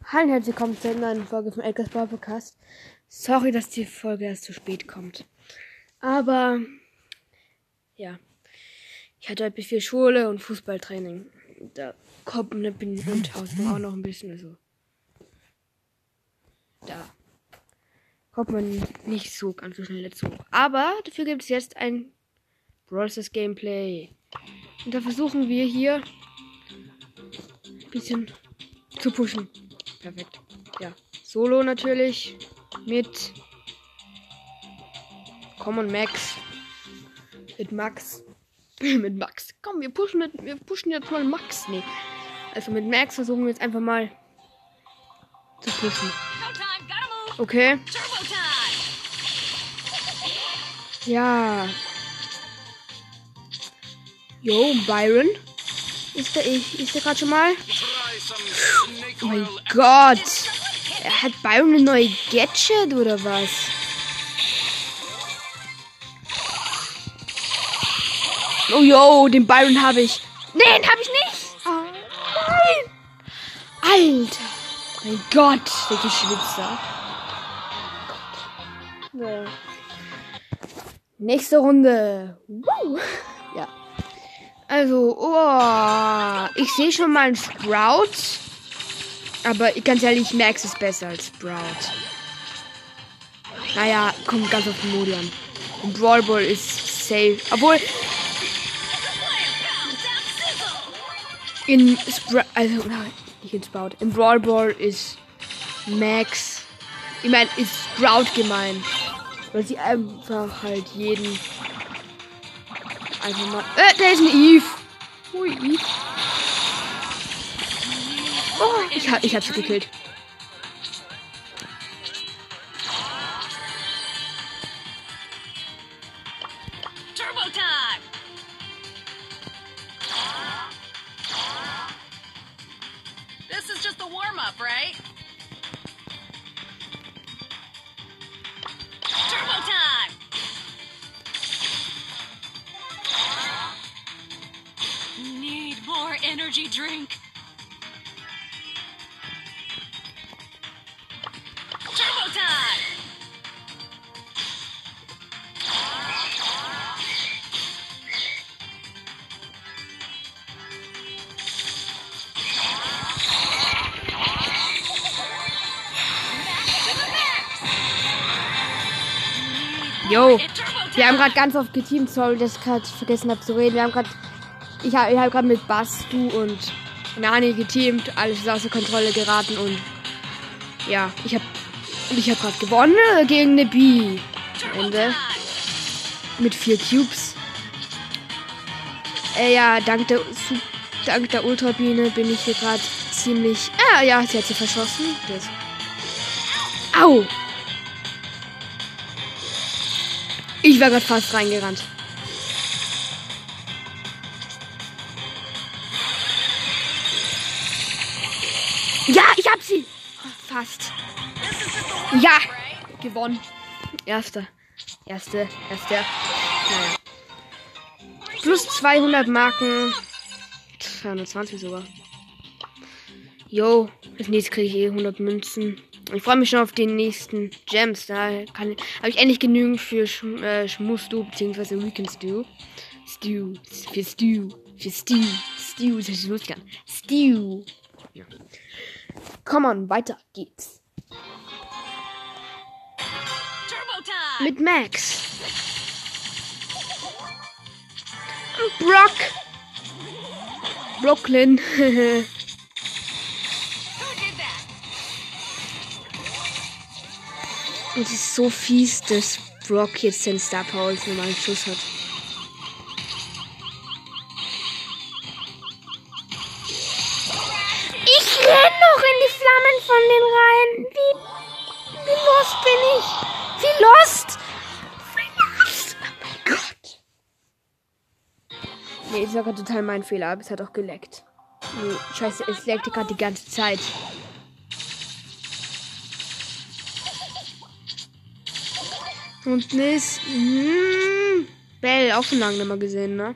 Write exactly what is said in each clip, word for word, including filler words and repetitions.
Hallo und herzlich willkommen zu einer neuen Folge vom Edgar's Brawl Podcast. Sorry, dass die Folge erst zu spät kommt. Aber, ja. Ich hatte heute viel Schule und Fußballtraining. Da kommt ne, bin und Hausbau auch noch ein bisschen. Also, da kommt man nicht so ganz so schnell dazu. Aber dafür gibt es jetzt ein Brawl Stars Gameplay. Und da versuchen wir hier ein bisschen zu pushen. Perfekt. Ja. Solo natürlich. Mit Common Max. Mit Max. mit Max. Komm, wir pushen mit. Wir pushen jetzt mal Max. Nee. Also mit Max versuchen wir jetzt einfach mal zu pushen. Okay. Ja. Yo, Byron. Ist der ich? Ist der gerade schon mal? Oh mein Gott. Er hat Byron eine neue Gadget oder was? Oh yo, den Byron habe ich. Nein, habe ich nicht. Oh, nein. Alter. Mein Gott, der Geschwitzer. Ja. Nächste Runde. Woo. Ja. Also, oh, ich sehe schon mal einen Sprout. Aber ganz ehrlich, Max ist besser als Sprout. Naja, kommt ganz auf den Modi an. Und Brawl Ball ist safe. Obwohl, in Sprout, also, nicht in Sprout, in Brawl Ball ist Max, ich meine, ist Sprout gemein. Weil sie einfach halt jeden einfach mal, äh, da ist ein Eve. Ui, Eve. Oh, ich hab, ich hab sie gekillt. Turbo time. This is just a warm-up, right? Turbo time. Need more energy drink. Turbo time. Jo, wir haben gerade ganz oft geteamt, sorry, dass ich gerade vergessen habe zu reden. Wir haben gerade, ich habe ich hab gerade mit Bass, du und Nani geteamt, alles ist außer Kontrolle geraten und ja, ich habe ich habe gerade gewonnen gegen eine B. Am Ende mit vier Cubes. Äh, ja, dank der dank der Ultrabiene bin ich hier gerade ziemlich. Ah ja, sie hat sie verschossen. Das. Au! Ich war gerade fast reingerannt. Ja, ich hab sie. Fast. Ja, gewonnen. Erster. Erste. Erster. Naja. Plus zweihundert Marken. zweihundertzwanzig sogar. Jo, als nächstes kriege ich eh hundert Münzen. Ich freue mich schon auf den nächsten Gems. Da habe ich endlich genügend für Sch äh, Schmusstu bzw. Weekend Stew. Stew. Für Stew. Für Stew. Stew. Das ist lustig an. Stew. Ja. Come on, weiter geht's. Mit Max. Brock. Brooklyn. Es ist so fies, dass Brock jetzt den Star Power als normalen Schuss hat. Ich renn noch in die Flammen von den Reihen. Wie, wie lost bin ich? Wie lost? Wie lost? Oh mein Gott. Nee, das war gerade total mein Fehler, aber es hat auch geleckt. Nee, scheiße, es leckte gerade die ganze Zeit. Und ist hm, Bell auch schon lange nicht mehr gesehen, ne?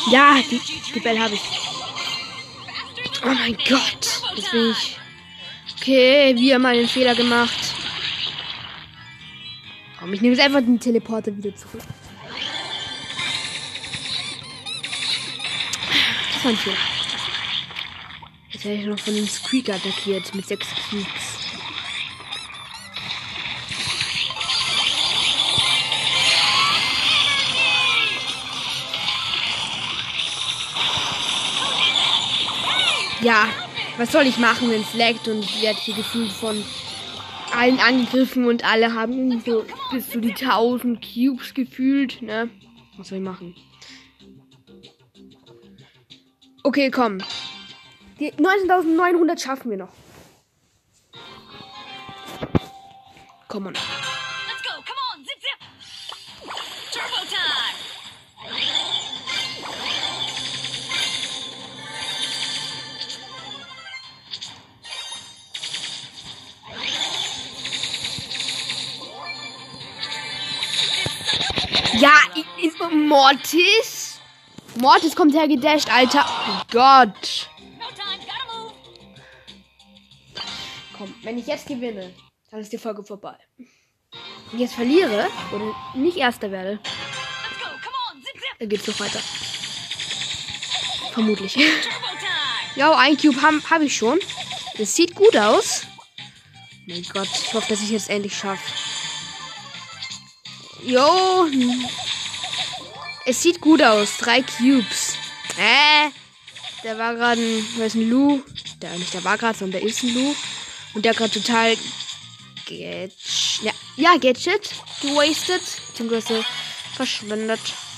Ja, die, die Bell habe ich. Oh mein Gott. Jetzt bin ich. Okay, wir haben einen Fehler gemacht. Komm, ich nehme jetzt einfach den Teleporter wieder zurück. Das war ein Fehler. Jetzt werde ich noch von dem Squeaker attackiert mit sechs Cubes. Ja, was soll ich machen, wenn es laggt und ich werde hier gefühlt von allen angegriffen und alle haben irgendwie so bis zu die tausend Cubes gefühlt, ne? Was soll ich machen? Okay, komm. Die neunzehntausendneunhundert schaffen wir noch. Komm on. Let's go. Come on. Zip, zip. Turbo time. Ja, in, in Mortis? Mortis kommt hergedasht, Alter. Oh Gott. No time. Gotta move. Komm, wenn ich jetzt gewinne, dann ist die Folge vorbei. Wenn ich jetzt verliere oder nicht Erster werde, Let's go. Come on. Zip, zip. dann geht's noch weiter. Vermutlich. Turbo time. Ja, ein Cube habe hab ich schon. Das sieht gut aus. Mein Gott, ich hoffe, dass ich jetzt endlich schaffe. Jo. Es sieht gut aus. Drei Cubes. Äh. Der war gerade ein. Wer ist ein Lu? Der nicht, der war gerade, sondern der ist ein Lu. Und der gerade total. Gadget. Ja, ja, Gadget. Gewastet. Beziehungsweise verschwendet.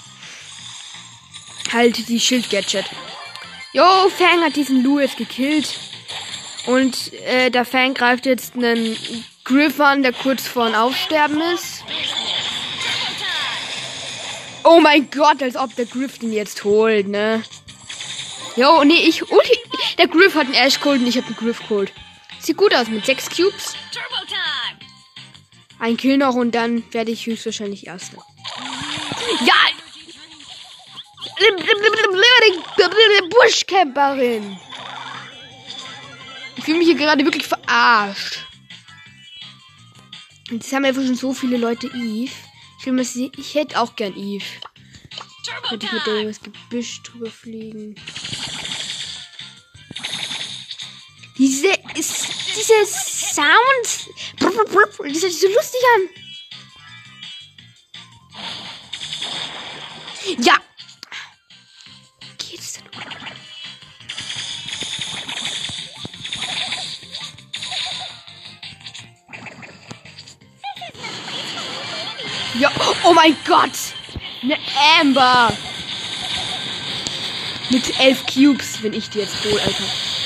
Halt die Schild-Gadget. Jo, Fang hat diesen Lu jetzt gekillt. Und äh, der Fang greift jetzt einen Griff an, der kurz vor dem Aufsterben ist. Oh mein Gott, als ob der Griff den jetzt holt, ne? Jo, nee, ich... Oh, die, der Griff hat einen Ash geholt und ich habe einen Griff geholt. Sieht gut aus mit sechs Cubes. Turbo time. Ein Kill noch und dann werde ich höchstwahrscheinlich Erster. Ja! Buschcamperin! Ich fühle mich hier gerade wirklich verarscht. Und jetzt haben einfach schon so viele Leute Eve. Ich will mal sehen, ich hätte auch gern Eve. Turbo Könnte ich mit der time. das Gebüsch drüber fliegen. Diese ist diese Sounds. Das hört sich so lustig an. Ja. Geht's denn? Ja, oh mein Gott! Eine Amber! Mit elf Cubes, wenn ich die jetzt hole, Alter.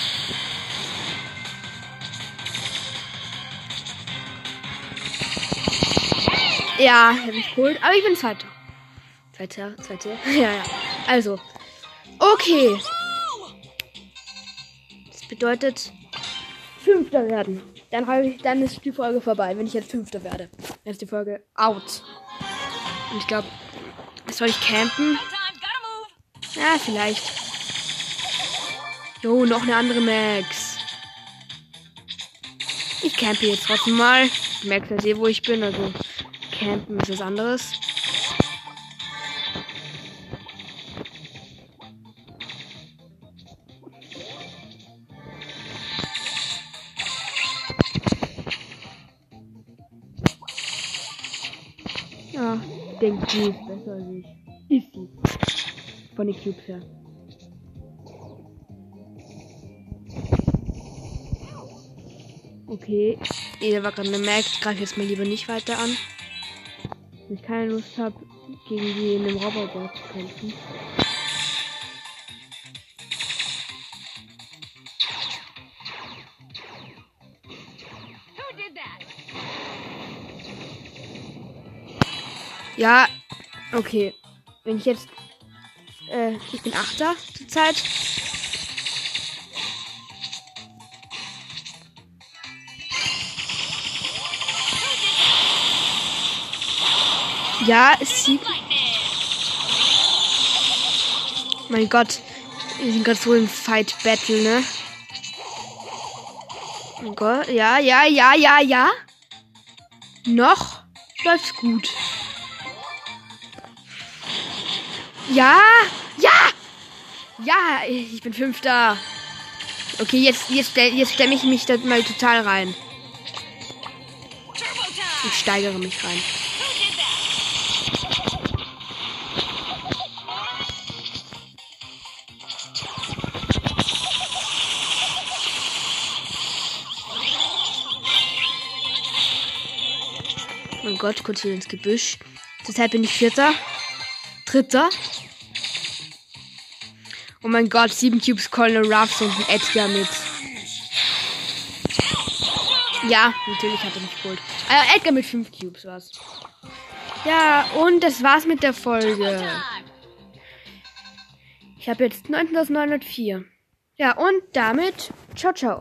Ja, hab ich geholt, aber ich bin Zweiter. Zweiter, Zweiter. Ja, ja. Also. Okay. Das bedeutet Fünfter werden. Dann, habe ich, dann ist die Folge vorbei, wenn ich jetzt Fünfter werde. Dann ist die Folge out. Und ich glaube, soll ich campen? No time. Gotta move. Ja, vielleicht. Jo, noch eine andere Max. Ich campe jetzt trotzdem mal. Die Max weiß eh, wo ich bin, also campen ist was anderes. Ja, ich denke, die ist besser als ich. Ist sie. Von den Cubes her. Okay. Ihr war gerade eine Max. Ich greife jetzt mal lieber nicht weiter an. Wenn ich keine Lust habe, gegen die in dem Roboter zu kämpfen. Who did that? Ja, okay. Wenn ich jetzt... Äh, ich bin Achter zur Zeit. Ja, es sieht... Mein Gott. Wir sind gerade so im Fight Battle, ne? Mein Gott. Ja, ja, ja, ja, ja. Noch läuft's gut. Ja, ja. Ja, ich bin Fünfter. Okay, jetzt, jetzt, jetzt stemme ich mich da mal total rein. Ich steigere mich rein. Mein Gott, kurz hier ins Gebüsch. Deshalb bin ich Vierter. Dritter. Oh mein Gott, sieben Cubes, Colonel Ruffs und ein Edgar mit. Ja, natürlich hat er mich geholt. Äh, Edgar mit fünf Cubes war's. Ja, und das war's mit der Folge. Ich habe jetzt neuntausendneunhundertvier. Ja, und damit ciao, ciao.